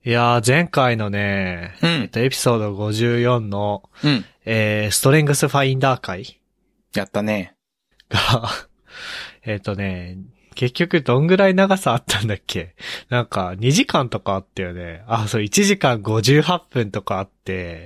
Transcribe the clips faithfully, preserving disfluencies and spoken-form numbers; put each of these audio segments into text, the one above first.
いやー、前回のね、 うん。 えっと、エピソードごじゅうよんの、 うん。 えー、ストレングスファインダー会やったね。 が、えっとね、結局どんぐらい長さあったんだっけ？なんか、にじかんとかあったよね。あ、そう、いちじかんごじゅうはっぷんとかあって、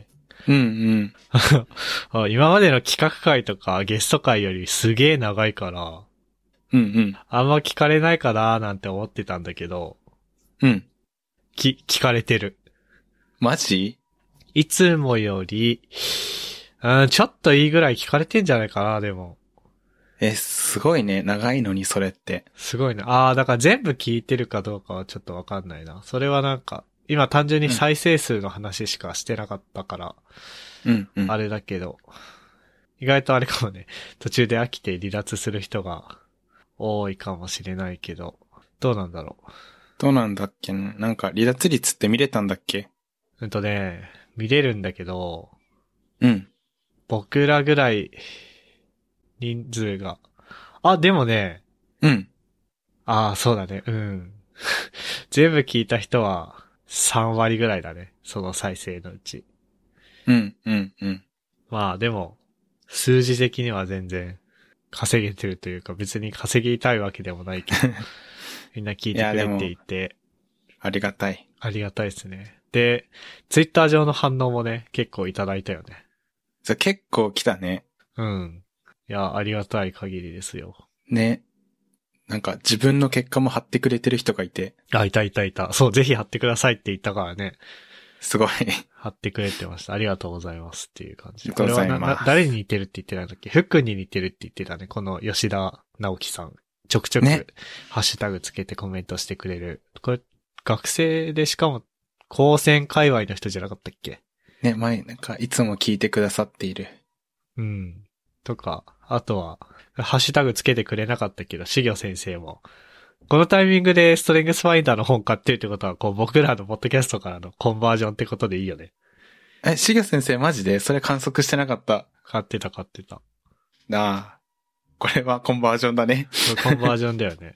うんうんあ今までの企画会とかゲスト会よりすげー長いから、 うんうんあんま聞かれないかなーなんて思ってたんだけど、 うんき、聞かれてる。 マジ？ いつもより、うん、ちょっといいぐらい聞かれてんじゃないかな、でも。 え、すごいね。長いのにそれって。 すごいな。ああ、だから全部聞いてるかどうかはちょっとわかんないな。それはなんか、今単純に再生数の話しかしてなかったから、 うんうん。 あれだけど、意外とあれかもね、途中で飽きて離脱する人が多いかもしれないけど、どうなんだろどうなんだっけね。なんか離脱率って見れたんだっけ？ う。うんとね、見れるんだけど、 うん。 僕らぐらい人数が、あ、でもね、 うん。 ああ、そうだね、うん。全部聞いた人はさんわりぐらいだね。その再生のうち。 うんうんうん。 まあでも、数字的には全然稼げてるというか別に稼ぎたいわけでもないけど、みんな聞いてくれていて、 ありがたい。 ありがたいですね。で、ツイッター上の反応もね、結構いただいたよね。 それ結構来たね。 うん。いや、ありがたい限りですよ。 ね。なんか自分の結果も貼ってくれてる人がいて。 あ、いたいたいた。そう、ぜひ貼ってくださいって言ったからね。 すごい。 貼ってくれてました。ありがとうございますっていう感じで。 ありがとうございますこれはな、な誰に似てるって言ってたんだっけ？ふっくんに似てるって言ってたね。この吉田直樹さん。ちょくちょく、 ねハッシュタグつけてコメントしてくれる。これ、学生でしかも、高専界隈の人じゃなかったっけ？ ね、前、なんかいつも聞いてくださっている。 うん。とか、あとは、ハッシュタグつけてくれなかったけど、しぎょ先生も、このタイミングでストレングスファインダーの本買ってるってことは、こう僕らのポッドキャストからのコンバージョンってことでいいよね。 え、しげ先生マジでそれ観測してなかった。 買ってた買ってた。 なあ。これはコンバージョンだね。 コンバージョンだよね。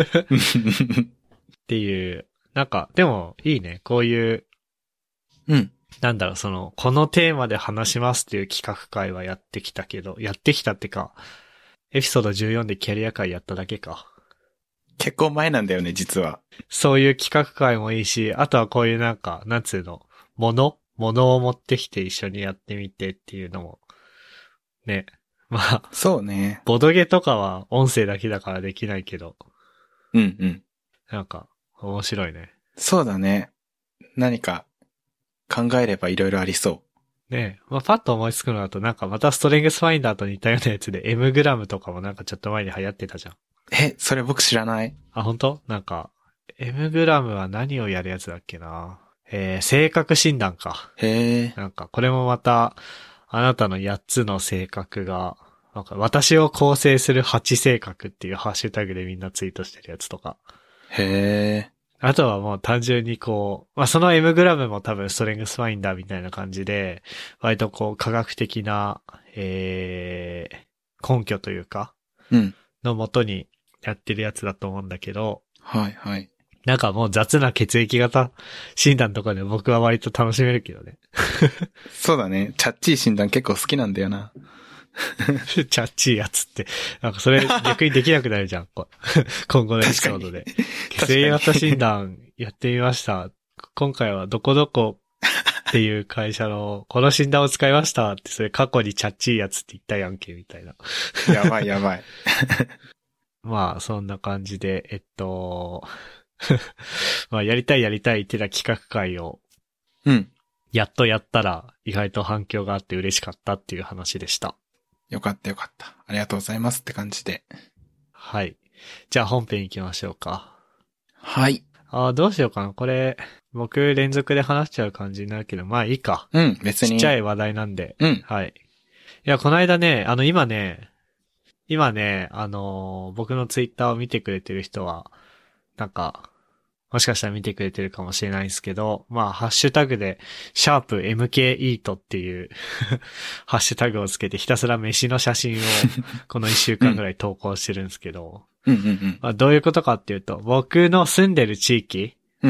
っていう、なんか、でもいいね。こういう、 うん。 なんだろう、その、このテーマで話しますっていう企画会はやってきたけど、やってきたってか、エピソードじゅうよんでキャリア会やっただけか。 結構前なんだよね、実は。 そういう企画会もいいし、あとはこういうなんか、なんつうの、ものものを持ってきて一緒にやってみてっていうのも、ね。まあ、 そうね。 ボドゲとかは音声だけだからできないけど、 うんうん。 なんか、面白いね。 そうだね。何か考えればいろいろありそねえ。まあ、パッと思いつくのだとなんかまたストレングスファインダーと似たようなやつで M グラムとかもなんかちょっと前に流行ってたじゃん。 う。え、それ僕知らない。 あ、本当？なんか、M グラムは何をやるやつだっけな。えー、性格診断か。 へえ。 なんか、これもまた、あなたのやっつの性格が、なんか私を構成するはち性格っていうハッシュタグでみんなツイートしてるやつとか。 へえ。 あとはもう単純にこう、まあ、その M グラムも多分ストレングスファインダーみたいな感じで、割とこう科学的な、えー、根拠というか、 うん。 のもとにやってるやつだと思うんだけど、 はいはい。 なんかもう雑な血液型診断とかで僕は割と楽しめるけどね。 そうだね。チャッチー診断結構好きなんだよな。 チャッチーやつって。なんかそれ逆にできなくなるじゃん。今後のエピソードで。血液型診断やってみました。今回はどこどこっていう会社のこの診断を使いましたって、それ過去にチャッチーやつって言ったやんけ、みたいな。 やばいやばい。 まあ、そんな感じで、えっと、まあ、やりたいやりたいってな企画会を、 うん。 やっとやったら意外と反響があって嬉しかったっていう話でした。 よかったよかった。ありがとうございますって感じで。 はい。じゃあ本編行きましょうか。 はい。 ああ、どうしようかな。これ、僕連続で話しちゃう感じになるけど、まあいいか。 うん、別に。 ちっちゃい話題なんで。 うん。 はい。いや、この間ね、あの今ね、今ね、あのー僕のツイッターを見てくれてる人は、なんか、もしかしたら見てくれてるかもしれないんですけど、まあ、ハッシュタグで、シャープ エムケーイート っていうハッシュタグをつけてひたすら飯の写真をこの一週間ぐらい投稿してるんですけど、 うんうんうん。 まあ、どういうことかっていうと、僕の住んでる地域うん。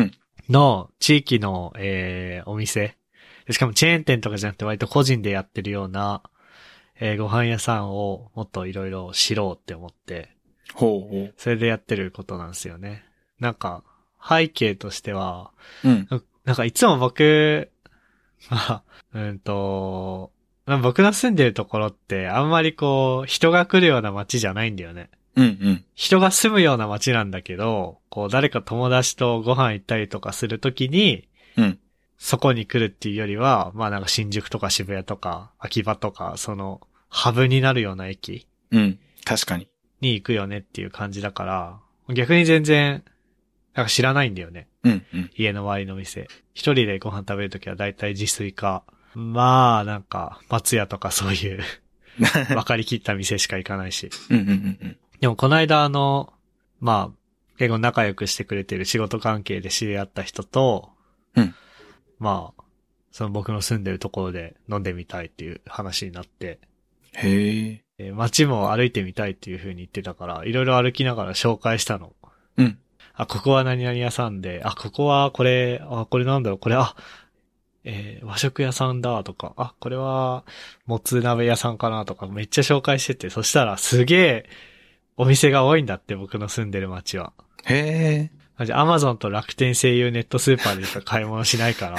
の地域の、えー、お店。しかもチェーン店とかじゃなくて割と個人でやってるような、えー、ご飯屋さんをもっといろいろ知ろうって思って、 ほうほう。 それでやってることなんですよね。なんか、背景としては、 うん。 なんかいつも僕、まあ、うんと、まあ僕の住んでるところってあんまりこう、人が来るような街じゃないんだよね。 うんうん。 人が住むような街なんだけど、こう誰か友達とご飯行ったりとかするときに、 うん。 そこに来るっていうよりは、まあなんか新宿とか渋谷とか秋葉とか、その、ハブになるような駅うん。確かに。 に行くよねっていう感じだから、逆に全然、なんか知らないんだよね。 うんうん。 家の周りの店。一人でご飯食べるときはだいたい自炊か、まあなんか、松屋とかそういう分かりきった店しか行かないし。 うんうんうんうん。 でもこの間あの、まあ、結構仲良くしてくれてる仕事関係で知り合った人と、 うん。 まあ、その僕の住んでるところで飲んでみたいっていう話になって、 へえ。 えー街も歩いてみたいっていう風に言ってたから、いろいろ歩きながら紹介したの。 うん。 あ、ここは何々屋さんで、あ、ここはこれ、あ、これなんだろう、これ、あ、えー和食屋さんだとか、あ、これは、もつ鍋屋さんかなとか、めっちゃ紹介してて、そしたらすげえ、お店が多いんだって、僕の住んでる街は。 へえ。 アマゾンと楽天声優ネットスーパーでしか買い物しないから、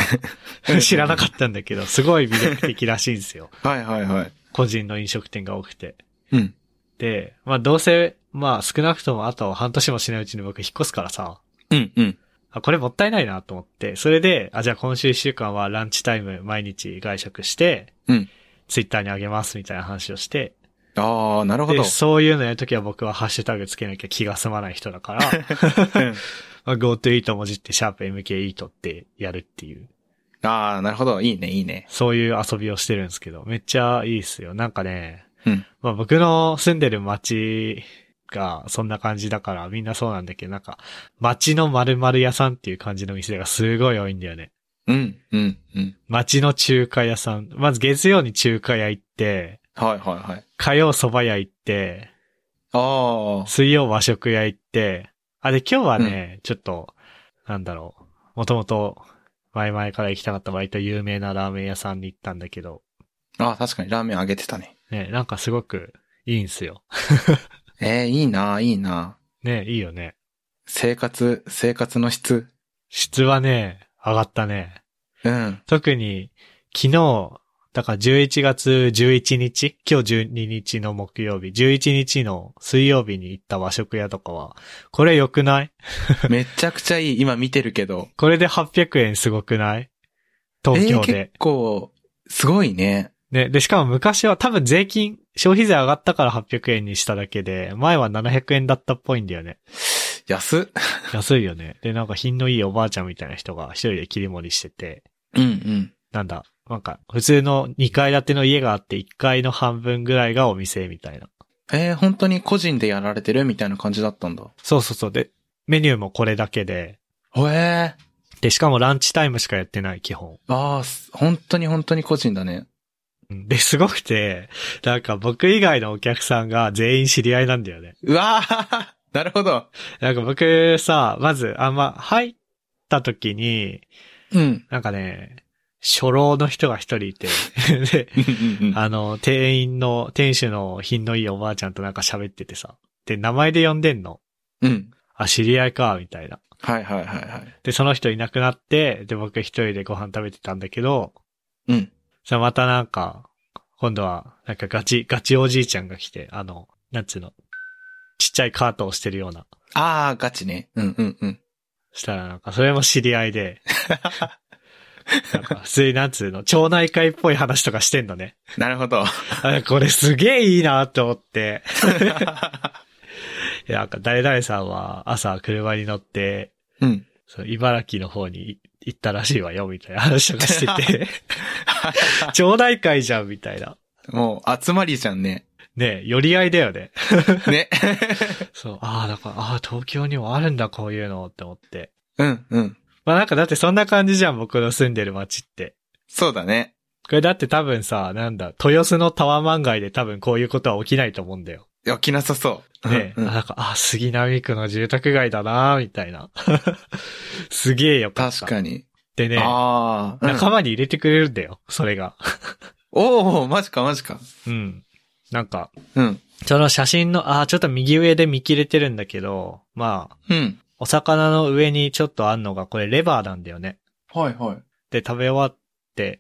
知らなかったんだけど、すごい魅力的らしいんですよ。 はいはいはい。 個人の飲食店が多くて。 うん。 で、まあどうせ、まあ少なくともあと半年もしないうちに僕引っ越すからさ、 うんうん。 あ、これもったいないなと思って、それで、あ、じゃあ今週一週間はランチタイム毎日外食して、 うん。 ツイッターにあげますみたいな話をして、 ああ、なるほど。 で、そういうのやるときは僕はハッシュタグつけなきゃ気が済まない人だから、 うんまあ GoToEat 文字ってシャープ エムケーイート ってやるっていう、 ああ、なるほど。いいね、いいね。 そういう遊びをしてるんですけど、めっちゃいいっすよ。なんかね、 うん。 まあ僕の住んでる街がそんな感じだからみんなそうなんだけど、なんか街の〇〇屋さんっていう感じの店がすごい多いんだよね。 うん、うん、うん。 街の中華屋さん。まず月曜に中華屋行って、 はいはいはい。 火曜蕎麦屋行って、 ああ。 水曜和食屋行って、あ、で今日はね、うん、ちょっと、なんだろう。もともと前々から行きたかった割と有名なラーメン屋さんに行ったんだけど。 ああ、確かにラーメンあげてたね。 ね、なんかすごくいいんすよ。 ええー、いいな、いいな。 ね、いいよね。 生活、生活の質。 質はね、上がったね。 うん。 特に、昨日、だからじゅういちがつじゅういちにち、今日じゅうににちの木曜日、じゅういちにちの水曜日に行った和食屋とかは、これ良くないめちゃくちゃいい。今見てるけど。 これではっぴゃくえんすごくない東京で。 えー、結構、すごいね。 ね、で、しかも昔は多分税金、消費税上がったからはっぴゃくえんにしただけで、前はななひゃくえんだったっぽいんだよね。 安っ。 安いよね。で、なんか品のいいおばあちゃんみたいな人が一人で切り盛りしてて。 うんうん。 なんだ、なんか、普通のにかい建ての家があっていっかいの半分ぐらいがお店みたいな。 えー、本当に個人でやられてるみたいな感じだったんだ。 そうそうそう。で、メニューもこれだけで。 へえ。 で、しかもランチタイムしかやってない、基本。 ああ、本当に本当に個人だね。 で、すごくて、なんか僕以外のお客さんが全員知り合いなんだよね。 うわーなるほど。 なんか僕さ、まず、あんま、入った時に、 うん。 なんかね、初老の人が一人いて、で、あの、店員の、店主の品のいいおばあちゃんとなんか喋っててさ、で、名前で呼んでんの。 うん。 あ、知り合いか、みたいな。 はいはいはいはい。 で、その人いなくなって、で、僕一人でご飯食べてたんだけど、 うん。 さ、またなんか、今度は、なんかガチ、ガチおじいちゃんが来て、あの、なんつうの、ちっちゃいカートをしてるような。 ああ、ガチね。うんうんうん。 したらなんか、それも知り合いで、なんか、普通になんつうの、町内会っぽい話とかしてんのね。 なるほど。 あ、これすげえいいなって思って。いや、なんか誰々さんは朝車に乗って、 うん。 そう茨城の方に行ったらしいわよ、みたいな話とかしてて。町内会じゃん、みたいな。 もう、集まりじゃんね。 ねえ、寄り合いだよね。 ね。 そう、ああ、だから、ああ、東京にもあるんだ、こういうのって思って。 うんうん。 まあなんかだってそんな感じじゃん、僕の住んでる街って。 そうだね。 これだって多分さ、なんだ、豊洲のタワマン街で多分こういうことは起きないと思うんだよ。 起きなさそう。 で、 うん、 あなんか、あ、杉並区の住宅街だなみたいな。すげえよかった。 確かに。 でね、 ああ、うん、 仲間に入れてくれるんだよ、それが。 おお、マジかマジか。 うん。なんか、 うん。 その写真の、あ、ちょっと右上で見切れてるんだけど、まあ、 うん。 お魚の上にちょっとあんのが、これレバーなんだよね。 はいはい。 で、食べ終わって、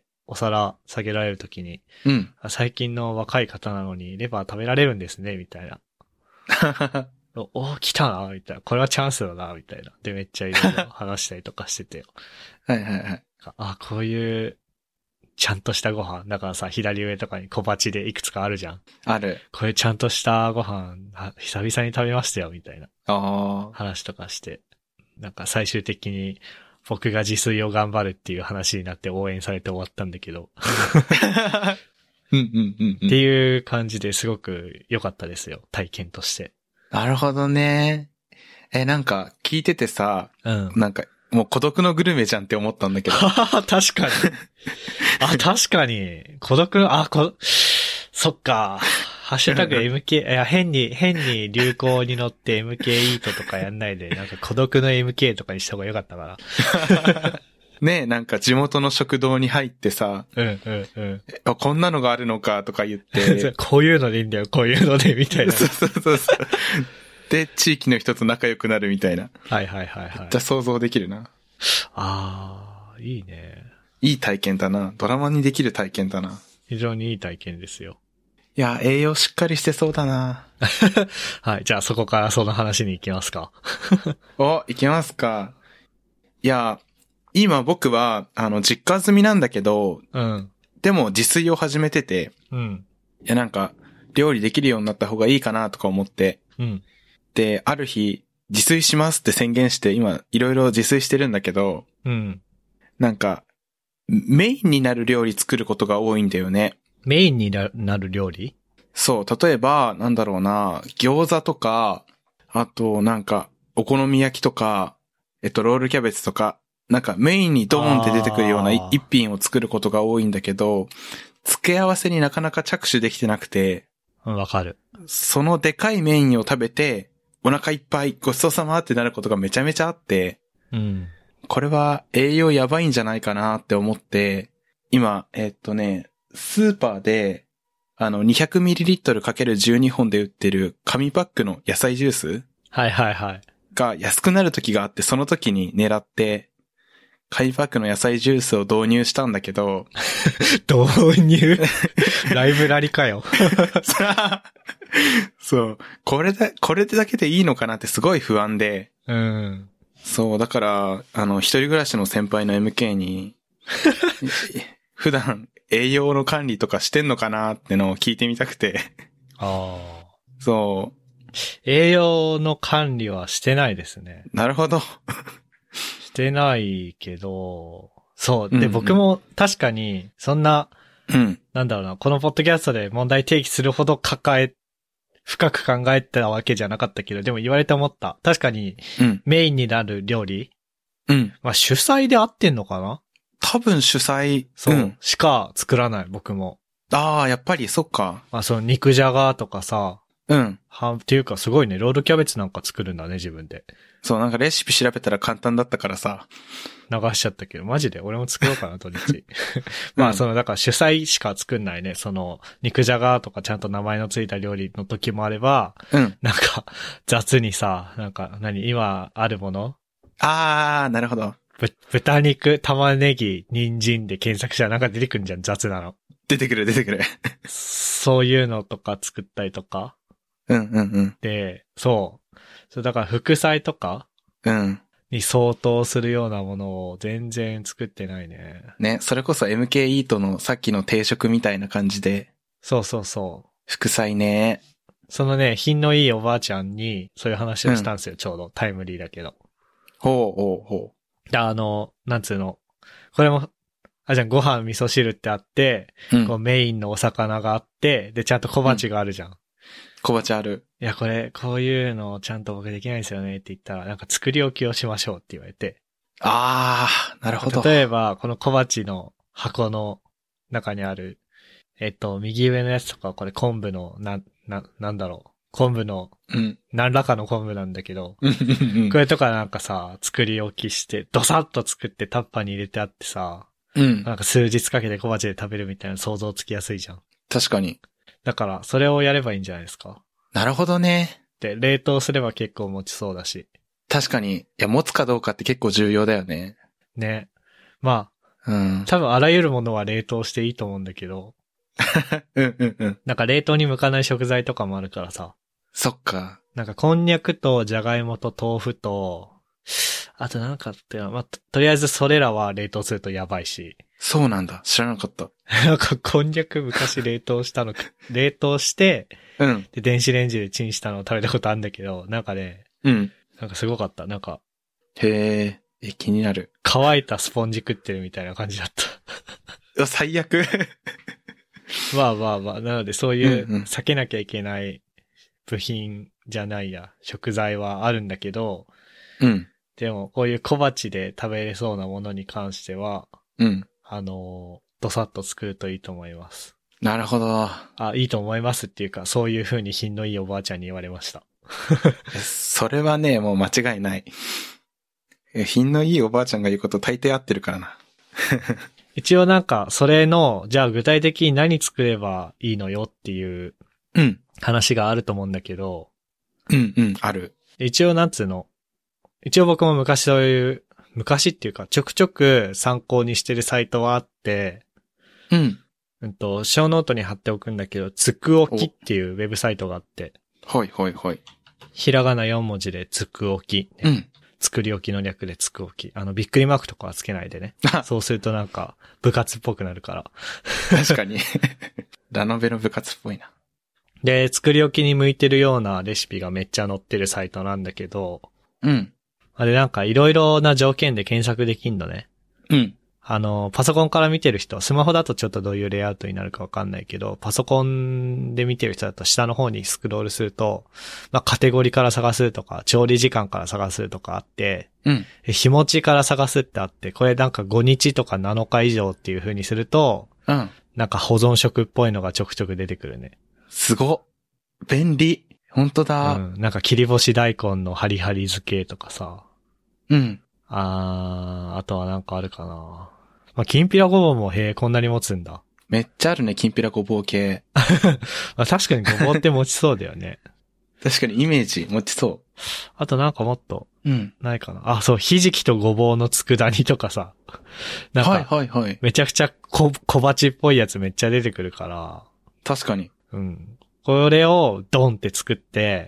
お皿下げられるときに、 うん。 最近の若い方なのにレバー食べられるんですね、みたいな。お、お来たな、みたいな。これはチャンスだな、みたいな。で、めっちゃいろいろ話したりとかしてて。 はいはいはい。 あ、こういう、ちゃんとしたご飯。だからさ、左上とかに小鉢でいくつかあるじゃん。 ある。 これちゃんとしたご飯、久々に食べましたよ、みたいな。 ああ。 話とかして。なんか最終的に僕が自炊を頑張るっていう話になって応援されて終わったんだけど。 うんうんうんうん。 っていう感じですごく良かったですよ。体験として。 なるほどね。え、なんか聞いててさ、 うん。 なんかもう孤独のグルメじゃんって思ったんだけど。 確かに。あ、確かに。孤独の、あ、こ、そっか。ハッシュタグ エムケー、いや、変に、変に流行に乗って エムケー イートとかやんないで、なんか孤独の エムケー とかにした方が良かったかな。 ねえ、なんか地元の食堂に入ってさ、 うんうんうん。 あ、こんなのがあるのかとか言って。 こういうのでいいんだよ、こういうので、みたいな。 そうそうそうそう。で、地域の人と仲良くなるみたいな。 はいはいはいはい。 めっちゃ想像できるな。 あー、いいね。 いい体験だな。ドラマにできる体験だな。 非常にいい体験ですよ。 いや、栄養しっかりしてそうだな。 はい、じゃあそこからその話に行きますか。 お、行きますか。いや、今僕は、あの、実家住みなんだけど、 うん。 でも自炊を始めてて、 うん。 いや、なんか、料理できるようになった方がいいかなとか思って、 うん。 で、ある日、自炊しますって宣言して、今、いろいろ自炊してるんだけど、 うん。 なんか、メインになる料理作ることが多いんだよね。 メインになる料理？ そう、例えば、なんだろうな、餃子とか、あと、なんか、お好み焼きとか、えっと、ロールキャベツとか、なんかメインにドーンって出てくるような一品を作ることが多いんだけど、付け合わせになかなか着手できてなくて、 うん、わかる。 そのでかいメインを食べて、お腹いっぱいごちそうさまってなることがめちゃめちゃあって、 うん。 これは栄養やばいんじゃないかなって思って、今、えっとね、スーパーで、あの、にひゃくミリリットルかけるじゅうに 本で売ってる紙パックの野菜ジュースはいはいはい。 が安くなる時があって、その時に狙って、紙パックの野菜ジュースを導入したんだけど。 導入ライブラリかよ。 そう。これだ、これだけでいいのかなってすごい不安で。 うん。 そう、だから、あの、一人暮らしの先輩の エムケー に、普段栄養の管理とかしてんのかなってのを聞いてみたくて。 ああ。 そう。 栄養の管理はしてないですね。 なるほど。 してないけど、そう。で、 うんうん、 僕も確かに、そんな、 うん。 なんだろうな、このポッドキャストで問題提起するほど抱え、深く考えたわけじゃなかったけど、でも言われて思った。確かに、 うん、 メインになる料理うん。 まあ、主催で合ってんのかな？ 多分主催。 そう、 うん、 しか作らない、僕も。 ああ、やっぱり、そっか。 まあ、その肉じゃがとかさ、 うん。 はっていうかすごいね、ロールキャベツなんか作るんだね、自分で。 そう、なんかレシピ調べたら簡単だったからさ。 流しちゃったけど、マジで俺も作ろうかな、土日。まあ、その、だから主催しか作んないね。その、肉じゃがとかちゃんと名前のついた料理の時もあれば、 うん。 なんか、雑にさ、なんか、何、今あるものあー、なるほど。 ぶ、豚肉、玉ねぎ、人参で検索したらなんか出てくるんじゃん、雑なの。 出てくる、出てくる。 そういうのとか作ったりとか。 うんうんうん。 で、そう。そう、だから副菜とかうん。 に相当するようなものを全然作ってないね。 ね、それこそ エムケー イートのさっきの定食みたいな感じで。 そうそうそう。 副菜ね。 そのね、品のいいおばあちゃんにそういう話をしたんですよ、うん、ちょうど。タイムリーだけど。 ほうほうほう。で、あの、なんつうの。これも、あ、じゃん、ご飯味噌汁ってあって、うん、こうメインのお魚があって、で、ちゃんと小鉢があるじゃん。うん、 小鉢ある。 いや、これ、こういうのちゃんと僕できないんですよねって言ったら、なんか作り置きをしましょうって言われて。 あー、なるほど。 例えば、この小鉢の箱の中にある、えっと、右上のやつとか、これ昆布の、な、な、なんだろう。 昆布の、 うん。 何らかの昆布なんだけど、 うんうんうん。 これとかなんかさ、作り置きして、ドサッと作ってタッパーに入れてあってさ、 うん。 なんか数日かけて小鉢で食べるみたいな想像つきやすいじゃん。 確かに。 だから、それをやればいいんじゃないですか。 なるほどね。 で、冷凍すれば結構持ちそうだし。 確かに。いや、持つかどうかって結構重要だよね。 ね。まあ、 うん。 多分あらゆるものは冷凍していいと思うんだけど、 うんうんうん。 なんか冷凍に向かない食材とかもあるからさ。 そっか。 なんかこんにゃくとじゃがいもと豆腐と、あとなんかっていうのは、まあ、と、とりあえずそれらは冷凍するとやばいし。 そうなんだ。知らなかった。 なんかこんにゃく昔冷凍したの、冷凍して、 うん。 で、電子レンジでチンしたのを食べたことあるんだけど、なんかね、 うん。 なんかすごかった。なんか、 へえ。え、気になる。 乾いたスポンジ食ってるみたいな感じだった。 うわ、最悪。 まあまあまあ、なのでそういううんうん避けなきゃいけない部品じゃないや、食材はあるんだけど、 うん。 でもこういう小鉢で食べれそうなものに関しては、 うん。 あの、どさっと作るといいと思います。 なるほど。 あ、いいと思いますっていうか、そういう風に品のいいおばあちゃんに言われました。 それはね、もう間違いない。品のいいおばあちゃんが言うこと大抵合ってるからな。 一応なんか、それの、じゃあ具体的に何作ればいいのよっていううん。 話があると思うんだけど、 うんうん、ある。 一応なんつうの、一応僕も昔そういう、昔っていうかちょくちょく参考にしてるサイトはあって、 うん。 うんと、小ノートに貼っておくんだけど、つくおきっていうウェブサイトがあって、 はいはいはい。 ひらがなよん文字でつくおき、ね、 うん。 作り置きの略でつくおき。あの、びっくりマークとかはつけないでね。そうするとなんか、部活っぽくなるから。 確かに。ラノベの部活っぽいな。 で、作り置きに向いてるようなレシピがめっちゃ載ってるサイトなんだけど、 うん。 あれなんかいろいろな条件で検索できんのね。 うん。 あの、パソコンから見てる人、スマホだとちょっとどういうレイアウトになるかわかんないけど、パソコンで見てる人だと下の方にスクロールすると、まあ、カテゴリーから探すとか、調理時間から探すとかあって、 うん。 日持ちから探すってあって、これなんかごにちとかなのか以上っていう風にすると、 うん。 なんか保存食っぽいのがちょくちょく出てくるね。 すごっ。便利。ほんとだ。 うん。なんか切り干し大根のハリハリ漬けとかさ。 うん。 あー、あとはなんかあるかな。まあ、きんぴらごぼうもへえ、こんなに持つんだ。 めっちゃあるね、きんぴらごぼう系。 まあ、確かにごぼうって持ちそうだよね。 確かにイメージ持ちそあとなんかもっと、 う。うん。 ないかな。あ、そう、ひじきとごぼうの佃煮とかさ。なんか、 はいはいはい。 めちゃくちゃ小、小鉢っぽいやつめっちゃ出てくるから。 確かに。 うん。これをドンって作って、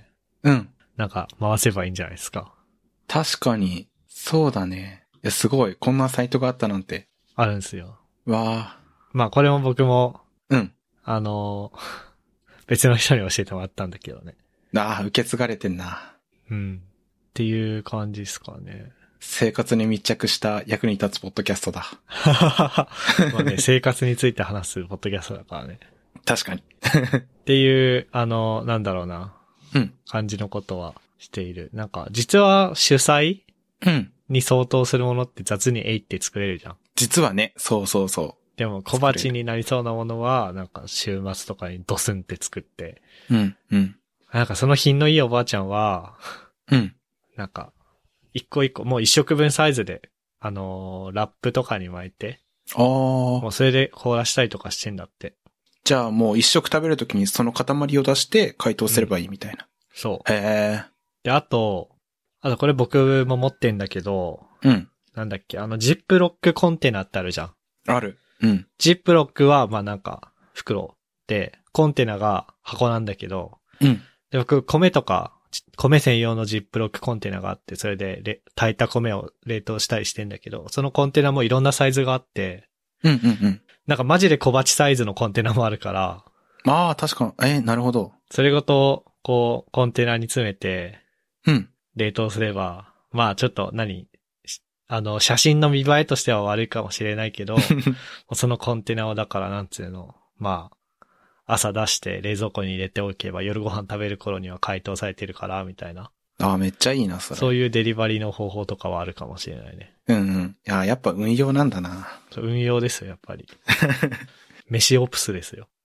うん。 なんか回せばいいんじゃないですか。 確かに。そうだね。いや、すごい。こんなサイトがあったなんて。 あるんですよ。 わまあこれも僕も、 ー。うん。 あのー、別の人に教えてもらったんだけどね。 ああ、受け継がれてんな。 うん。っていう感じですかね。 生活に密着した役に立つポッドキャストだ。 まあね、生活について話すポッドキャストだからね。 確かに。 っていう、あの、なんだろうな。 うん。 感じのことはしている。なんか、実は主催うん。 に相当するものって雑にえいって作れるじゃん。 実はね、そうそうそでも小鉢になりそうなものは、なんか週末とかにドスンって作って。 う。うん、うん。 なんかその品のいいおばあちゃんは、 うん。 なんか、一個一個、もう一食分サイズで、あのーラップとかに巻いて、 ああ。 もうそれで凍らしたりとかしてんだって。 じゃあもう一食食べるときにその塊を出して解凍すればいいみたいな。 そう。 へえ。 で、あと、あとこれ僕も持ってんだけど、 うん。 なんだっけ、あのジップロックコンテナってあるじゃん。 ある。うん。 ジップロックは、まあなんか、袋で、コンテナが箱なんだけど、 うん。 で僕、米とか、米専用のジップロックコンテナがあって、それでレ、炊いた米を冷凍したりしてんだけど、そのコンテナもいろんなサイズがあって、 うんうんうん。 なんかマジで小鉢サイズのコンテナもあるから、 ああ、確かに。えー、なるほど。 それごと、こう、コンテナに詰めて、 うん。 冷凍すれば、まあちょっと何、あの、写真の見栄えとしては悪いかもしれないけど、そのコンテナをだからなんつうの、まあ、朝出して冷蔵庫に入れておけば夜ご飯食べる頃には解凍されてるから、みたいな。 ああ、めっちゃいいな、それ。 そういうデリバリーの方法とかはあるかもしれないね。 うんうん。いや、やっぱ運用なんだな。 運用ですよ、やっぱり。飯オプスですよ。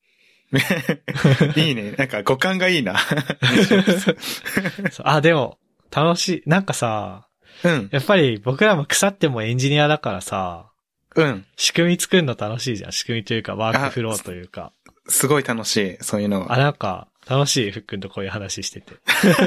いいね。なんか五感がいいな。 あ、でも、楽しい。なんかさ、 うん。 やっぱり僕らも腐ってもエンジニアだからさ、 うん。 仕組み作るの楽しいじゃん。仕組みというか、ワークフローというか。 すごい楽しい、そういうのは。 あ、なんか、楽しい、ふっくんとこういう話してて。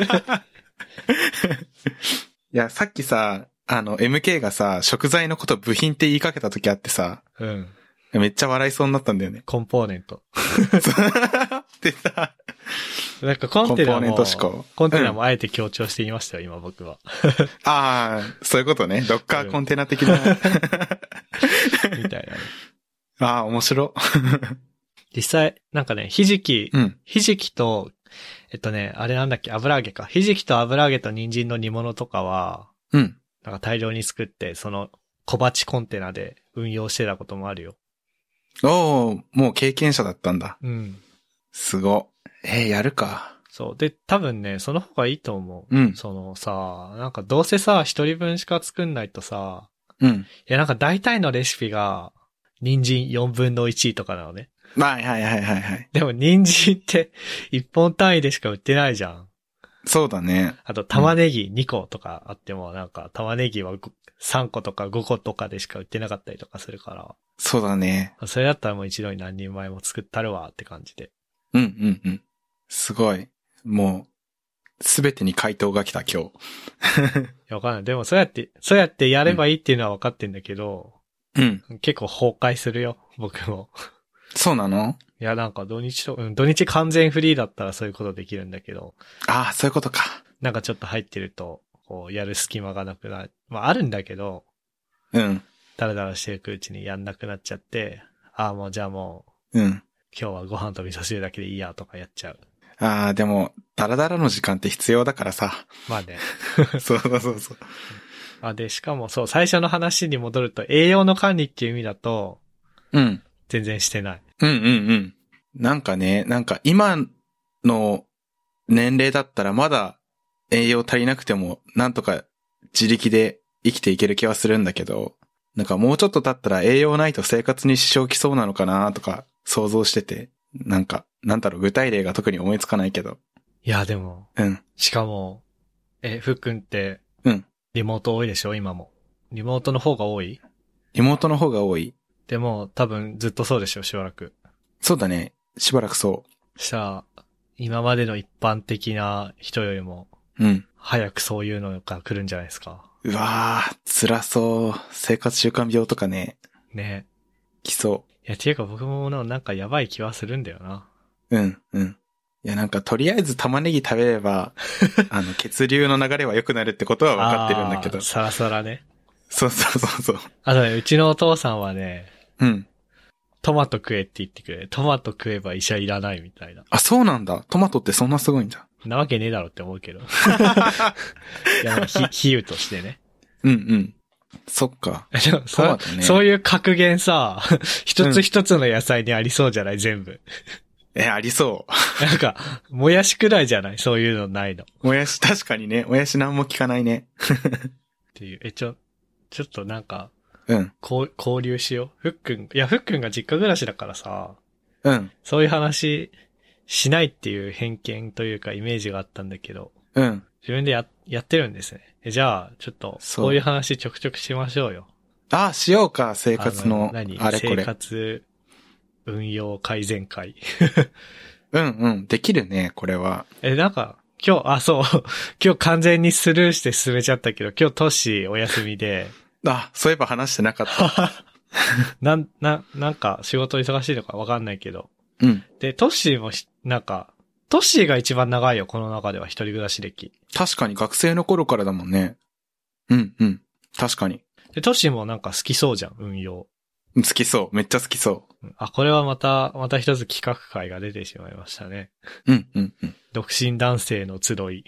いや、さっきさ、あの、エムケー がさ、食材のこと部品って言いかけた時あってさ、 うん。 めっちゃ笑いそうになったんだよね。 コンポーネント。 でさ、 なんかコンテナも、 コンポーネント思考コンテナもあえて強調していましたよ、今僕は。 ああ、そういうことね。ドッカーコンテナ的な。 みたいなね。 ああ、面白。 実際、なんかね、ひじき、 うん。 ひじきと、えっとね、あれなんだっけ、油揚げか。ひじきと油揚げと人参の煮物とかは、 うん。 なんか大量に作って、その小鉢コンテナで運用してたこともあるよ。 おー、もう経験者だったんだ。 うん。 すご。えー、やるか。 そう。で、多分ね、その方がいいと思う。 うん。 そのさ、なんかどうせさ、一人分しか作んないとさ、 うん。 いやなんか大体のレシピが、人参よんぶんのいちとかなのね。 はいはいはいはいはい。 でも人参っていっぽん単位でしか売ってないじゃん。 そうだね。 あと玉ねぎにことかあっても、なんか玉ねぎはさんことかごことかでしか売ってなかったりとかするかそうだね。 ら、それだったらもう一度に何人前も作ったるわって感じで。 うんうんうん。すごい。もう、すべてに回答が来た今日。 いやわかんない。でもそうやって、そうやってやればいいっていうのは分かってんだけど、 うん。 結構崩壊するよ、僕も。 そうなの？ いや、なんか土日と、うん、土日完全フリーだったらそういうことできるんだけど、 ああ、そういうことか。 なんかちょっと入ってると、こう、やる隙間がなくなる。まあ、あるんだけど、 うん。 だらだらしていくうちにやんなくなっちゃって、ああ、もうじゃあもうん。 う、今日はご飯と味噌汁だけでいいやとかやっちゃう。 ああ、でも、ダラダラの時間って必要だからさ。 まあね。 そうそうそうそう。 あ、で、しかもそう、最初の話に戻ると、栄養の管理っていう意味だと、 うん。 全然してない。 うんうんうん。なんかね、なんか今の年齢だったらまだ栄養足りなくてもなんとか自力で生きていける気はするんだけど、なんかもうちょっと経ったら栄養ないと生活に支障きそうなのかなとか想像してて、なんか、なんだろう、具体例が特に思いつかないけど。 いや、でも、 うん。 しかも、え、ふっくんって、 うん。 リモート多いでしょ今も。リモートの方が多い？ リモートの方が多い。 でも、多分ずっとそうでしょしばらく。 そうだね。しばらくそしたら、今までの一般的な人よりも、 う。うん。 早くそういうのが来るんじゃないですか。 うわー、辛そう。生活習慣病とかね、 ね。 来そいや、っていうか僕もなんかやばい気はするんだよな。 う。うん、うん。いや、なんかとりあえず玉ねぎ食べれば、あの、血流の流れは良くなるってことは分かってるんだけど。 サラサラね。 そうそうそうそう。 あとね、うちのお父さんはね、 うん。 トマト食えって言ってくれ。トマト食えば医者いらないみたいな。 あ、そうなんだ。トマトってそんなすごいんだ。 なわけねえだろって思うけど。いや、まあ、ひ、比喩としてね。 うんうん。そっか。 でもそトマトね。 そういう格言さ、一つ一つの野菜にありそうじゃない、全部。 え、ありそなんか、もやしくらいじゃないそういうのないの。っう。もやし、確かにね。もやしなんも聞かないね。 ていう。え、ちょ、ちょっとなんか、 うん。 こう、交流しよう。ふっくん、いや、ふっくんが実家暮らしだからさ、 うん。 そういう話しないっていう偏見というかイメージがあったんだけど、 うん。 自分でや、やってるんですね。えじゃあ、ちょっと、 そうこういう話ちょくちょくしましょうよ。 あ、しようか。生活の、 何あれこれ。 生活運用改善会。 うんうん。できるね、これは。 え、なんか、今日、あ、そう。今日完全にスルーして進めちゃったけど、今日トッシーお休みで。 あ、そういえば話してなかった。 なん、な、なんか仕事忙しいのかわかんないけど。 うん。 で、トッシーもし、なんか、トッシーが一番長いよ、この中では一人暮らし歴。 確かに学生の頃からだもんね。うんうん。確かに。 で、トッシーもなんか好きそうじゃん、運用。 好きそう。めっちゃ好きそあ、これはまた、また一つ企画会が出てしまいましたね。 う。うんうんうん。 独身男性の集い。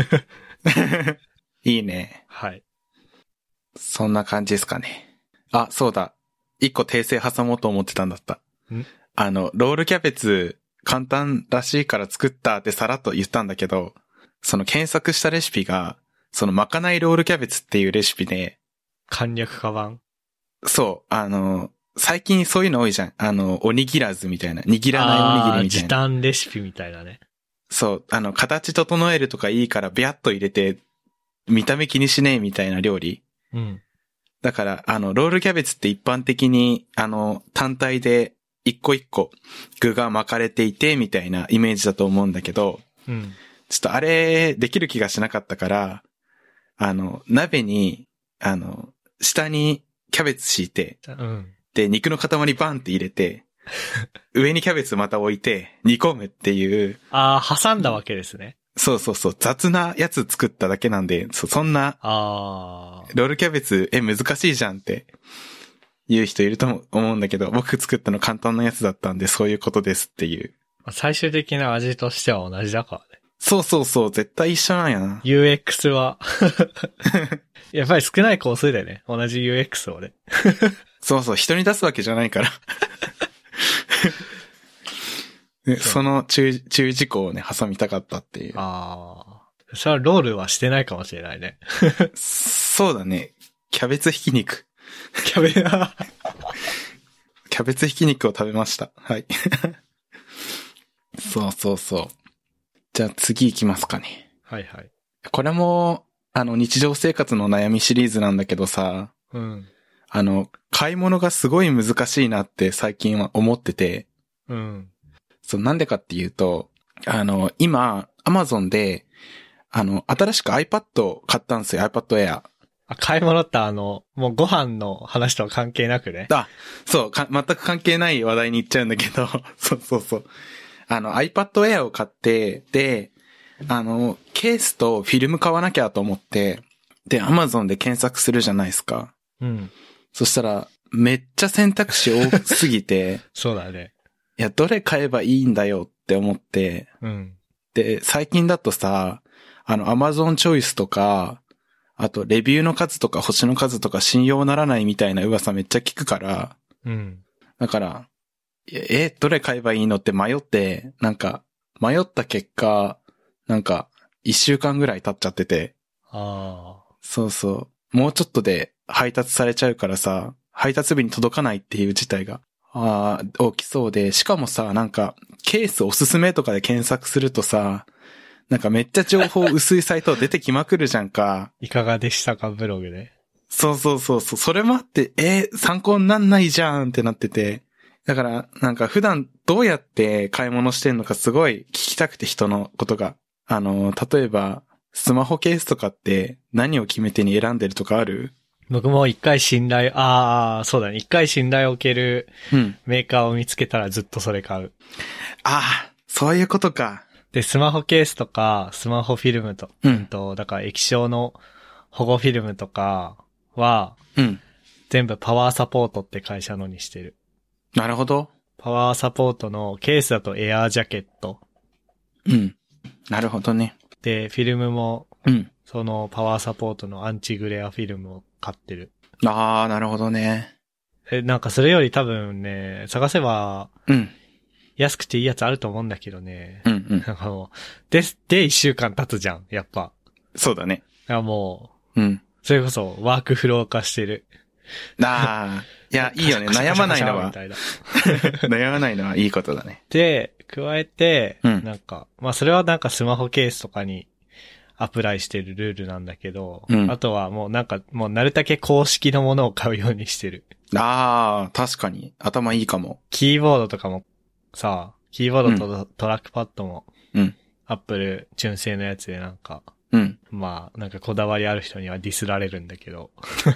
いいね。 はい。 そんな感じですかね。あ、そうだ。一個訂正挟もうと思ってたんだった。 んあの、ロールキャベツ簡単らしいから作ったってさらっと言ったんだけど、その検索したレシピが、そのまかないロールキャベツっていうレシピで、 簡略化版。 そう、あの、 最近そういうの多いじゃん。あの、おにぎらずみたいな。握らないおにぎりみたいな。 あ時短レシピみたいなね。 そう、あの、形整えるとかいいからビャッと入れて、見た目気にしねえみたいな料理。 うん。 だから、あの、ロールキャベツって一般的に、あの、単体で一個一個具が巻かれていて、みたいなイメージだと思うんだけど、 うん。 ちょっとあれ、できる気がしなかったから、あの、鍋に、あの、下にキャベツ敷いて、 うん。 で、肉の塊バンって入れて、上にキャベツまた置いて、煮込むっていう。 ああ、挟んだわけですね。 そうそうそう、雑なやつ作っただけなんで、そ、そんな、 ああ。 ロールキャベツ、え、難しいじゃんって言う人いると思うんだけど、僕作ったの簡単なやつだったんで、そういうことですっていう。 最終的な味としては同じだからね。 そうそうそう、絶対一緒なんやな。 ユーエックス は、やっぱり少ない工数でね、同じ ユーエックス をね。 そうそう、人に出すわけじゃないから。でその注意、注意事項をね、挟みたかったっていう。 ああ。それはロールはしてないかもしれないね。 そうだね。キャベツひき肉。 キャベ、キャベツひき肉を食べました。はい。そうそうそう。じゃあ次行きますかね。 はいはい。 これも、あの、日常生活の悩みシリーズなんだけどさ、 うん。 あの、買い物がすごい難しいなって最近は思ってて、 うん。 そう、なんでかっていうと、あの、今、アマゾンで、あの、新しく iPad を買ったんですよ、iPad Air。 あ、買い物ってあの、もうご飯の話とは関係なくね。 あ、そうか、全く関係ない話題に行っちゃうんだけど、そうそうそう。あの、iPad Air を買って、で、あの、ケースとフィルム買わなきゃと思って、で、Amazon で検索するじゃないですか。 うん。 そしたら、めっちゃ選択肢多すぎて、 そうだね。 いや、どれ買えばいいんだよって思って、 うん。 で、最近だとさ、あの、Amazon チョイスとか、あと、レビューの数とか星の数とか信用ならないみたいな噂めっちゃ聞くから、 うん。 だから、え、どれ買えばいいのって迷って、なんか、迷った結果、なんか、一週間ぐらい経っちゃってて。 ああ。 そうそう。もうちょっとで配達されちゃうからさ、配達日に届かないっていう事態が、ああ、起きそうで、しかもさ、なんか、ケースおすすめとかで検索するとさ、なんかめっちゃ情報薄いサイト出てきまくるじゃんか。 いかがでしたかブログで。 そうそうそうそう。それもあって、えー、参考になんないじゃんってなってて。だから、なんか普段どうやって買い物してんのかすごい聞きたくて人のことが。あの、例えば、スマホケースとかって何を決め手に選んでるとかある？ 僕も一回信頼、ああ、そうだね。一回信頼を受けるメーカーを見つけたらずっとそれ買う。 ああ、そういうことか。 で、スマホケースとか、スマホフィルムと、 ううんんと、だから液晶の保護フィルムとかは、 うん。 全部パワーサポートって会社のにしてる。 なるほど。 パワーサポートのケースだとエアージャケット。 うん。なるほどね。 で、フィルムも、 うん。 そのパワーサポートのアンチグレアフィルムを買ってる。 ああ、なるほどね。 え、なんかそれより多分ね、探せば、 うん。 安くていいやつあると思うんだけどね。 うんうん。 なんかもう、で、で、一週間経つじゃん、やっぱ。 そうだね。 だからもう、 うん。 それこそワークフロー化してる。 ああ、いや、いいよね。悩まないのは。悩まないのはいいことだね。 で、加えて、 うん、 なんか、まあそれはなんかスマホケースとかにアプライしてるルールなんだけど、 うん、 あとはもうなんか、もうなるだけ公式のものを買うようにしてる。 ああ、確かに。頭いいかも。 キーボードとかもさ、キーボードとトラックパッドも、 うん。 アップル純正のやつでなんか、 うん。 まあ、なんかこだわりある人にはディスられるんだけど。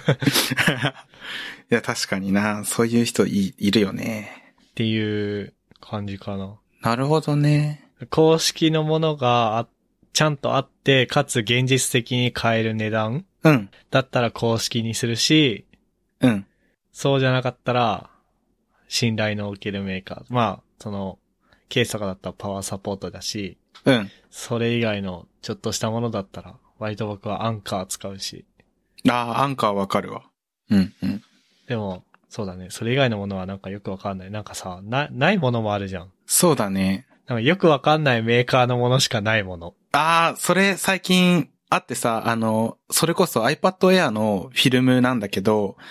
いや、確かにな。そういう人い、いるよね。 っていう感じかな。 なるほどね。 公式のものがあ、ちゃんとあって、かつ現実的に買える値段うん。 だったら公式にするし、 うん。 そうじゃなかったら、信頼のおけるメーカー。まあ、その、ケースとかだったらパワーサポートだし、 うん。 それ以外のちょっとしたものだったら、割と僕はアンカー使うし。 ああ、アンカーわかるわ。うんうん。 でも、そうだね。それ以外のものはなんかよくわかんない。なんかさ、な、ないものもあるじゃん。 そうだね。 なんかよくわかんないメーカーのものしかないもの。 ああ、それ最近あってさ、あの、それこそ iPad Air のフィルムなんだけど、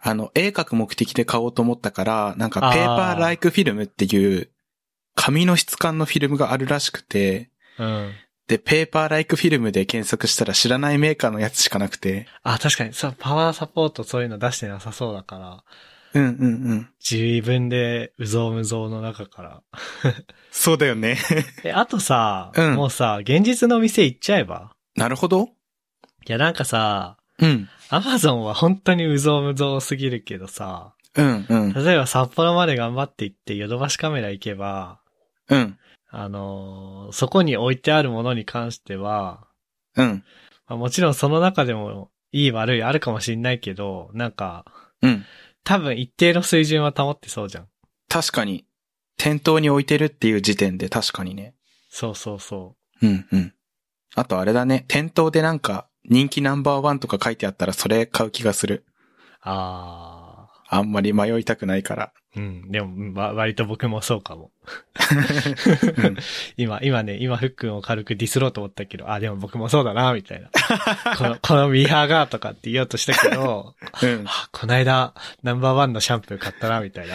あの、絵描く目的で買おうと思ったから、なんかペーパーライクフィルムっていう紙の質感のフィルムがあるらしくて、 うん。 で、ペーパーライクフィルムで検索したら知らないメーカーのやつしかなくて。 あ、確かに、そう、パワーサポートそういうの出してなさそうだから。 うんうんうん。 自分でうぞうむぞうの中から。 そうだよね。 え、あとさ、 うん、 もうさ、現実の店行っちゃえば？ なるほど。 いや、なんかさ、 うん。 アマゾンは本当にうぞうむぞうすぎるけどさ、 うんうん。 例えば札幌まで頑張って行ってヨドバシカメラ行けば、 うん。 あのー、そこに置いてあるものに関しては、 うん。 まあ、もちろんその中でもいい悪いあるかもしんないけど、なんか、 うん。 多分一定の水準は保ってそうじゃん。 確かに。店頭に置いてるっていう時点で確かにね。 そうそうそうんうん。あとあれだね。店頭でなんか人気ナンバーワンとか書いてあったらそれ買う気がする。 う。ああんまり迷いたくないから。 ー。うん。でも、わ割と僕もそうかも。 うん、 今、今ね、今、ふっくんを軽くディスろうと思ったけど、あ、でも僕もそうだな、みたいな。この、このミーハーがとかって言おうとしたけど、 うん、 あ、こないだ、ナンバーワンのシャンプー買ったな、みたいな。 い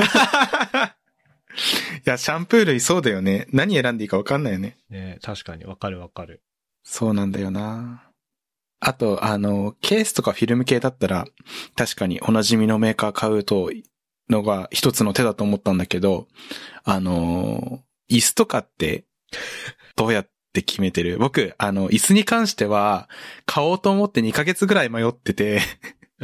や、シャンプー類そうだよね。何選んでいいか分かんないよね。 ね、確かにわかるわかる。 そうなんだよな。あと、あの、ケースとかフィルム系だったら、確かにおなじみのメーカー買うと、のが一つの手だと思ったんだけど、あの、椅子とかって、どうやって決めてる？僕、あの、椅子に関しては、買おうと思ってにかげつぐらい迷ってて、 うん。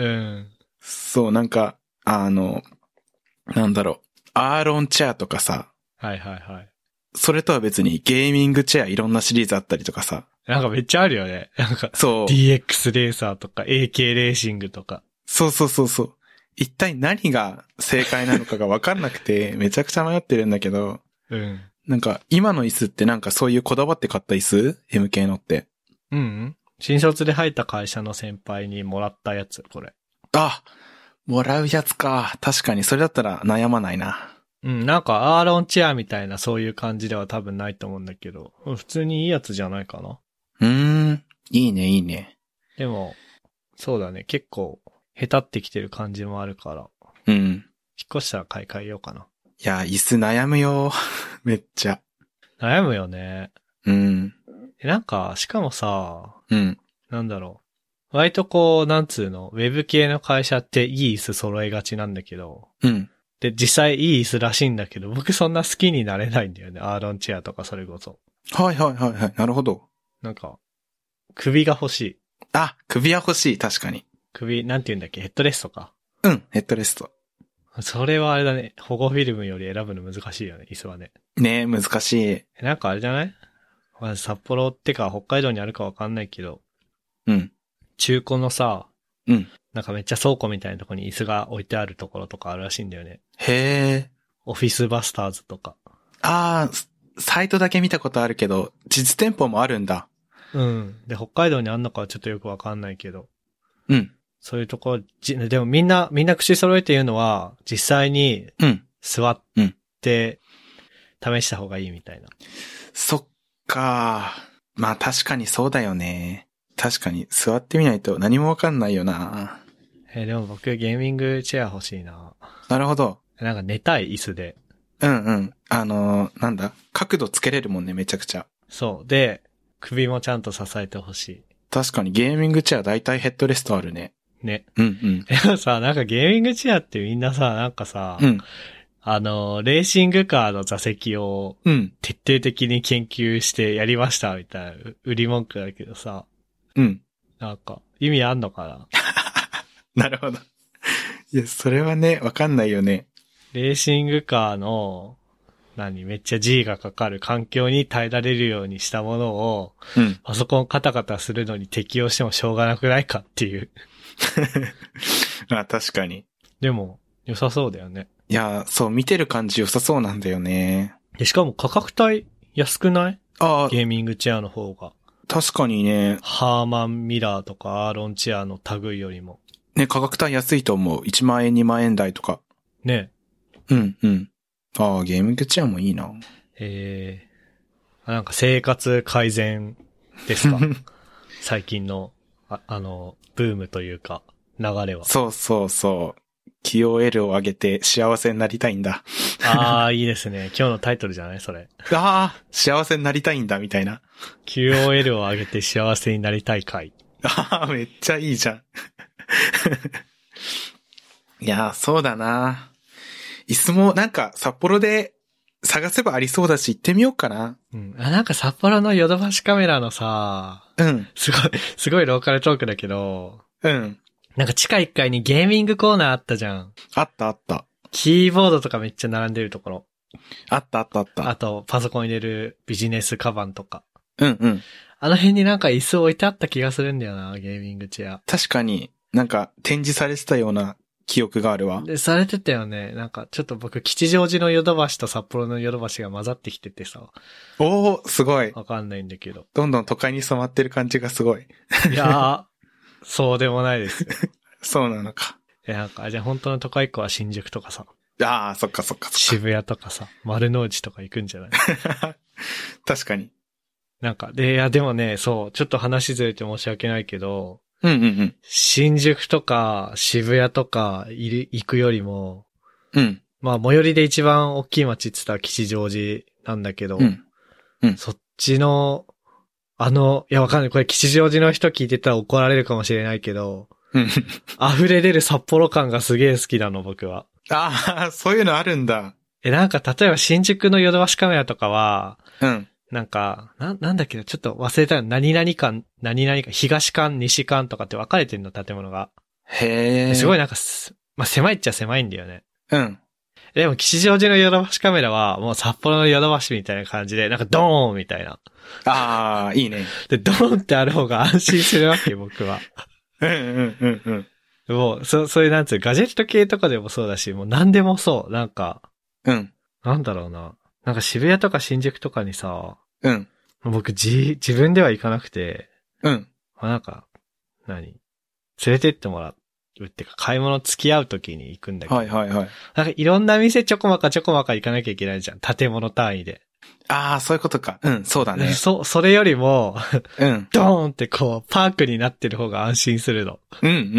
そう、なんか、あの、なんだろう、アーロンチェアとかさ、 はいはいはい。 それとは別にゲーミングチェアいろんなシリーズあったりとかさ。 なんかめっちゃあるよね。なんか、 そう。 ディーエックス レーサーとか エーケー レーシングとか。 そうそうそうそう。一体何が正解なのかが分かんなくて、めちゃくちゃ迷ってるんだけど、 うん。 なんか、今の椅子ってなんかそういうこだわって買った椅子？ エムケー のって。 うん、うん。新卒で入った会社の先輩にもらったやつ、これ。 あ、もらうやつか。確かに、それだったら悩まないな。 うん、なんかアーロンチェアみたいなそういう感じでは多分ないと思うんだけど、普通にいいやつじゃないかな。 うーん。いいね、いいね。 でも、そうだね、結構、下手ってきてる感じもあるから、 うん。 引っ越したら買い替えようかな。 いや、椅子悩むよ。めっちゃ。 悩むよね。 うん。 え、なんか、しかもさ、 うん。 なんだろう。割とこう、なんつうの、ウェブ系の会社っていい椅子揃えがちなんだけど、 うん。 で、実際いい椅子らしいんだけど、僕そんな好きになれないんだよね。アーロンチェアとかそれこそ。 はいはいはいはい。なるほど。 なんか、首が欲しい。 あ、首は欲しい。確かに。 首、なんて言うんだっけ、ヘッドレストか。 うん。ヘッドレスト。 それはあれだね。保護フィルムより選ぶの難しいよね、椅子はね。 ねえ、難しい。 えなんかあれじゃない？まず札幌ってか北海道にあるかわかんないけど、 うん。 中古のさ、 うん。 なんかめっちゃ倉庫みたいなとこに椅子が置いてあるところとかあるらしいんだよね。 へえ。 オフィスバスターズとか。 ああ、サイトだけ見たことあるけど、実店舗もあるんだ。 うん。で、北海道にあんのかはちょっとよくわかんないけど。 うん。 そういうところ、じでもみんな、みんな口揃えて言うのは、実際にうん。 座って試した方がいいみたいな。 そっか。まあ確かにそうだよね。確かに座ってみないと何もわかんないよな。 えーでも僕ゲーミングチェア欲しいな。 なるほど。 なんか寝たい椅子で。 うんうん。あのー、なんだ角度つけれるもんね、めちゃくちゃ。 そう。で、首もちゃんと支えてほしい。 確かにゲーミングチェア大体ヘッドレストあるね。 ね。 うんうん。 でもさ、なんかゲーミングチェアってみんなさ、なんかさ、 うん。 あの、レーシングカーの座席をうん。 徹底的に研究してやりましたみたいな売り文句だけどさ、 うん。 なんか意味あんのかな？ なるほど。いや、それはね、わかんないよね。 レーシングカーの、何、めっちゃ G がかかる環境に耐えられるようにしたものを、 うん。 パソコンカタカタするのに適用してもしょうがなくないかっていう。 あ、確かに。 でも、良さそうだよね。 いや、そう、見てる感じ良さそうなんだよね。 で、しかも価格帯安くない？ ああ、 ゲーミングチェアの方が。 確かにね。 ハーマンミラーとかアーロンチェアの類よりも。 ね、価格帯安いと思う。いちまん円、にまん円台とか。 ね。 うん、うん。ああ、ゲーミングチェアもいいな。 えー、なんか生活改善ですか？最近の、あ、あの、ブームというか。 流れは。 そうそうそう。キューオーエル を上げて幸せになりたいんだ。 ああ、いいですね。今日のタイトルじゃないそれ。 ああ、幸せになりたいんだ、みたいな。 キューオーエル を上げて幸せになりたい回。 ああ、めっちゃいいじゃん。いやー、そうだな。椅子もなんか札幌で探せばありそうだし行ってみようかな。 うん。あ、なんか札幌のヨドバシカメラのさ、 うん。 すごい、すごいローカルトークだけど、 うん。 なんか地下いっかいにゲーミングコーナーあったじゃん。 あったあった。 キーボードとかめっちゃ並んでるところ。 あったあったあった。 あと、パソコン入れるビジネスカバンとか。 うんうん。 あの辺になんか椅子置いてあった気がするんだよな、ゲーミングチェア。 確かになんか展示されてたような記憶があるわ。 で、されてたよね。なんかちょっと僕、吉祥寺のヨドバシと札幌のヨドバシが混ざってきててさ。 おー、すごい。 わかんないんだけど。 どんどん都会に染まってる感じがすごい。 いやー、そうでもないですよ。 そうなのか。 いや、なんか、じゃあ本当の都会っ子は新宿とかさ。 ああ、そっかそっかそっか。 渋谷とかさ、丸の内とか行くんじゃない確かに。 なんか、で、いや、でもね、そう、ちょっと話ずれて申し訳ないけど、 うんうんうん。 新宿とか渋谷とかいる行くよりも、 うん。 まあ、最寄りで一番大きい街って言ったら吉祥寺なんだけど、 うん。うん。 そっちの、あの、いや、わかんない。これ吉祥寺の人聞いてたら怒られるかもしれないけど、 うん。 溢れ出る札幌感がすげえ好きなの、僕は。 ああ、そういうのあるんだ。 え、なんか、例えば新宿のヨドバシカメラとかは、 うん。 なんか、な、なんだっけど、ちょっと忘れたよ。何々館、何々館、東館、西館とかって分かれてんの、建物が。 へえ。 すごいなんかす、まあ、狭いっちゃ狭いんだよね。 うん。 でも、吉祥寺のヨドバシカメラは、もう札幌のヨドバシみたいな感じで、なんかドーンみたいな。 ああ、いいね。 で、ドーンってある方が安心するわけよ、僕は。 うんうんうんうん。 もう、そ、そういうなんつう、ガジェット系とかでもそうだし、もう何でもそう。なんか、 うん。 なんだろうな。なんか渋谷とか新宿とかにさ、 うん。 僕じ、自分では行かなくて、 うん。 まあ、なんか、何連れてってもらうってか、買い物付き合うときに行くんだけど。 はいはいはい。 なんかいろんな店ちょこまかちょこまか行かなきゃいけないじゃん。建物単位で。 ああ、そういうことか。うん、そうだね。 そ、それよりも、 うん。 ドーンってこう、パークになってる方が安心するの。 うんうんうん。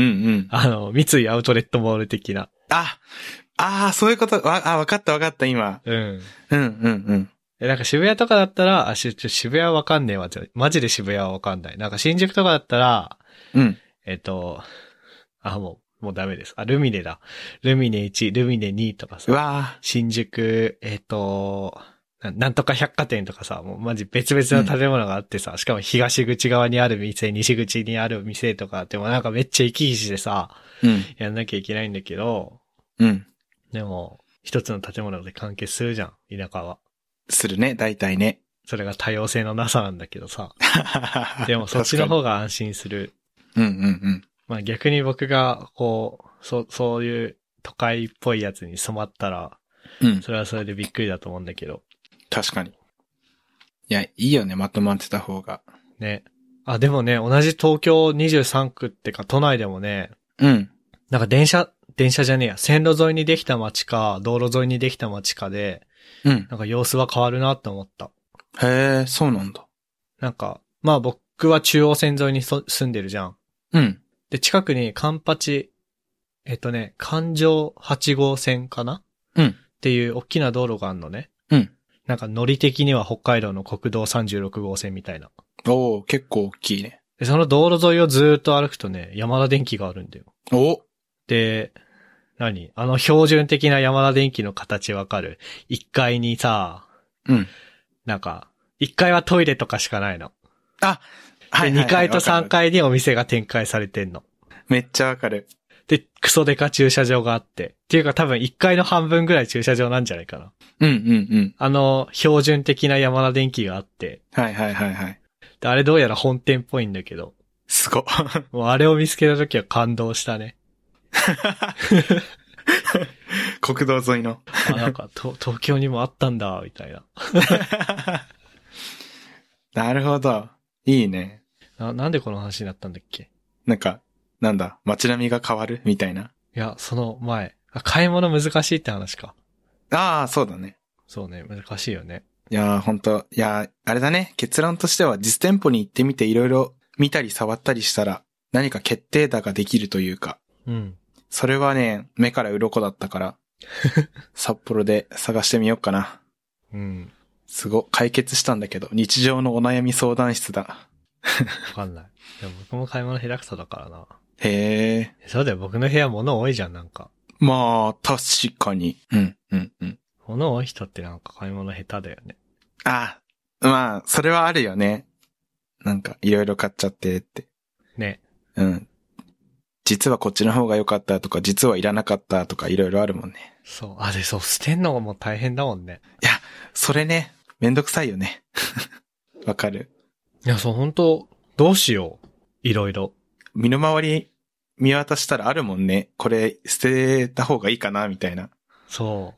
あの、三井アウトレットモール的な。 あ、ああ、そういうこと、わ、あ、わかったわかった、今。 うん。 うんうんうん。 え、なんか渋谷とかだったら、あ、し、ちょ渋谷はわかんねえわ。マジで渋谷はわかんない。なんか新宿とかだったら、 うん。 えっと、あ、もう、もうダメです。あ、ルミネだ。ルミネいち、ルミネにとかさ。 うわー新宿、えっと、ななんとか百貨店とかさ、もうマジ別々の建物があってさ、うん、しかも東口側にある店、西口にある店とかってもなんかめっちゃ行き来してさ、 うん。 やんなきゃいけないんだけど、 うん。 でも、一つの建物で完結するじゃん、田舎は。 するね、大体ね。 それが多様性のなさなんだけどさ。でもそっちの方が安心する。 うんうんうん。 まあ逆に僕が、こう、そ、そういう都会っぽいやつに染まったら、 うん。 それはそれでびっくりだと思うんだけど。 確かに。いや、いいよね、まとまってた方が。 ね。あ、でもね、同じ東京にじゅうさんくってか都内でもね、 うん。 なんか電車、電車じゃねえや、線路沿いにできた街か、道路沿いにできた街かで、 うん。 なんか様子は変わるなって思った。 へえ、そうなんだ。 なんか、まあ僕は中央線沿いにそ住んでるじゃん。 うん。 で、近くに環八、えっとね、環状はち号線かなうん。 っていう大きな道路があるのね。 うん。 なんか乗り的には北海道の国道さんじゅうろく号線みたいな。 おー、結構大きいね。 で、その道路沿いをずーっと歩くとね、山田電機があるんだよ。 おで、何あの標準的な山田電機の形わかる？いっかいにさ、 うん。 なんか、いっかいはトイレとかしかないの。 あ、はい、 で、 はい。 にかいとさんかいにお店が展開されてんの。 めっちゃわかる。 で、クソデカ駐車場があって。っていうか多分いっかいの半分ぐらい駐車場なんじゃないかな。 うんうんうん。 あの、標準的な山田電機があって。 はいはいはいはい。 で、あれどうやら本店っぽいんだけど。 すご。 もうあれを見つけた時は感動したね。 国道沿いの。 あ、なんか、と、東京にもあったんだ、みたいな。 なるほど。いいね。 な、なんでこの話になったんだっけ？ なんか、なんだ、街並みが変わるみたいな。 いや、その前。あ、買い物難しいって話か。 ああ、そうだね。 そうね、難しいよね。 いやー、ほんと、いやー、あれだね。結論としては実店舗に行ってみていろいろ見たり触ったりしたら何か決定打ができるというか。 うん。 それはね、目から鱗だったから、札幌で探してみようかな。 うん。 すご、解決したんだけど、日常のお悩み相談室だ。わかんない。でも僕も買い物下手くそだからな。 へえ。 そうだよ、僕の部屋物多いじゃん、なんか。 まあ、確かに。うん、うん、うん。 物多い人ってなんか買い物下手だよね。 あ、まあ、それはあるよね。なんか、いろいろ買っちゃってって。 ね。 うん。実はこっちの方が良かったとか、実はいらなかったとか、いろいろあるもんね。 そう。あ、で、そう、捨てんのがもう大変だもんね。 いや、それね、めんどくさいよね。わかる。 いや、そう、本当どうしよう。いろいろ。 身の回り見渡したらあるもんね。これ捨てた方がいいかな、みたいな。 そう。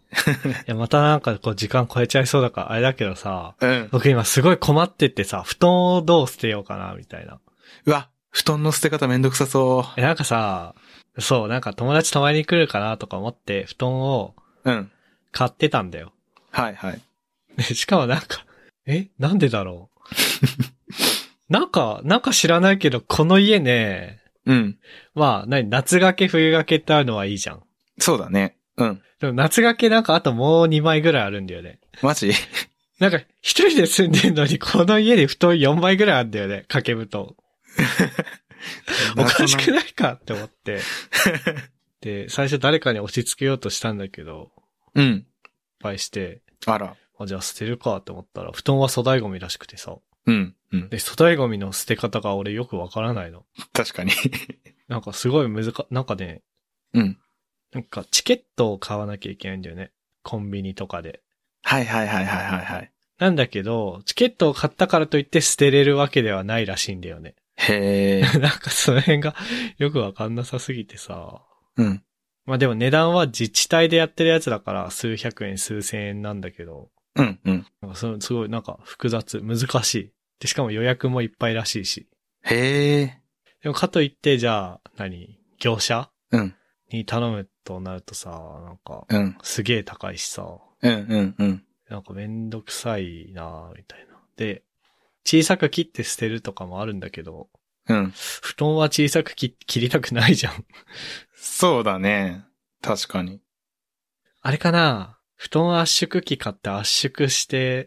いや、またなんかこう時間超えちゃいそうだからあれだけどさ、 うん。 僕今すごい困ってってさ、布団をどう捨てようかな、みたいな。 うわ、布団の捨て方めんどくさそう。 え、なんかさ、そう、なんか友達泊まりに来るかなとか思って布団をうん。 買ってたんだよ。 はいはい。 でしかもなんか、え、なんでだろう。なんか、なんか知らないけど、この家ね、 うん。 まあ、なに、夏掛け冬掛けってあるのはいいじゃん。 そうだね。うん。 でも夏掛けなんかあともうにまいぐらいあるんだよね。 マジなんか、一人で住んでんのに、この家に布団よんまいぐらいあるんだよね、掛け布団。おかしくないかって思って。で、最初誰かに押し付けようとしたんだけど、 うん。 失敗して、 あら。 あ、じゃあ捨てるかって思ったら、布団は粗大ゴミらしくてさ。 うん。うん。 で、粗大ゴミの捨て方が俺よくわからないの。 確かに。 なんかすごい難か、なんかね、 うん。 なんかチケットを買わなきゃいけないんだよね。コンビニとかで。 はいはいはいはいはいはい。 なんだけど、チケットを買ったからといって捨てれるわけではないらしいんだよね。 へー。 なんかその辺がよくわかんなさすぎてさ。 うん。 まあでも値段は自治体でやってるやつだから数百円数千円なんだけど。 うんうん。 なんかそのすごいなんか複雑、難しい。で、しかも予約もいっぱいらしいし。 へー。 でもかといってじゃあ、何業者うん。 に頼むとなるとさ、なんか、 うん。 すげえ高いしさ。 うんうんうん。 なんかめんどくさいなぁ、みたいな。で、小さく切って捨てるとかもあるんだけど、 うん。 布団は小さく切切りたくないじゃん。 そうだね。確かに。 あれかな布団圧縮機買って圧縮して、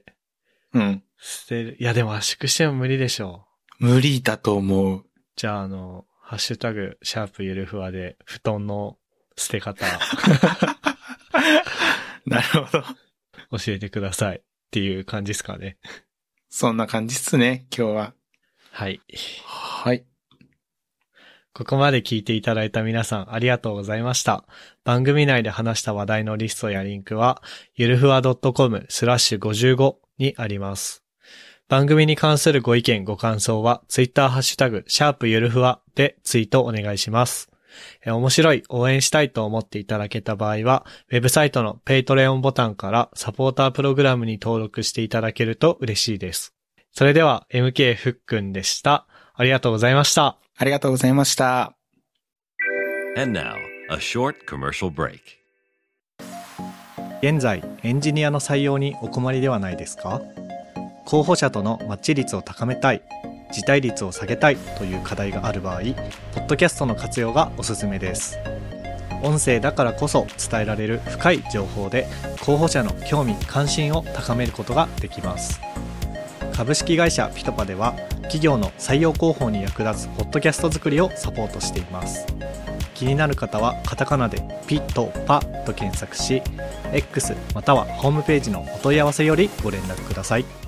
うん。 捨てる。いやでも圧縮しても無理でしょ。 無理だと思う。 じゃああの、ハッシュタグ、シャープゆるふわで、布団の捨て方、 なるほど。 教えてください。っていう感じですかね。 そんな感じっすね、今日は。 はい。 はい。 ここまで聞いていただいた皆さんありがとうございました。番組内で話した話題のリストやリンクは、ゆるふわ .com スラッシュごじゅうごにあります。番組に関するご意見ご感想は、ツイッターハッシュタグ、シャープゆるふわでツイートお願いします。え面白い、応援したいと思っていただけた場合は、ウェブサイトのペイトレオンボタンからサポータープログラムに登録していただけると嬉しいです。それでは、エムケー ふっくんでした。ありがとうございました。 ありがとうございました。 And now, a short commercial break. 現在、エンジニアの採用にお困りではないですか？候補者とのマッチ率を高めたい、辞退率を下げたいという課題がある場合、ポッドキャストの活用がおすすめです。音声だからこそ伝えられる深い情報で、候補者の興味・関心を高めることができます。株式会社ピトパでは、企業の採用広報に役立つポッドキャスト作りをサポートしています。気になる方はカタカナでピトパと検索し、X またはホームページのお問い合わせよりご連絡ください。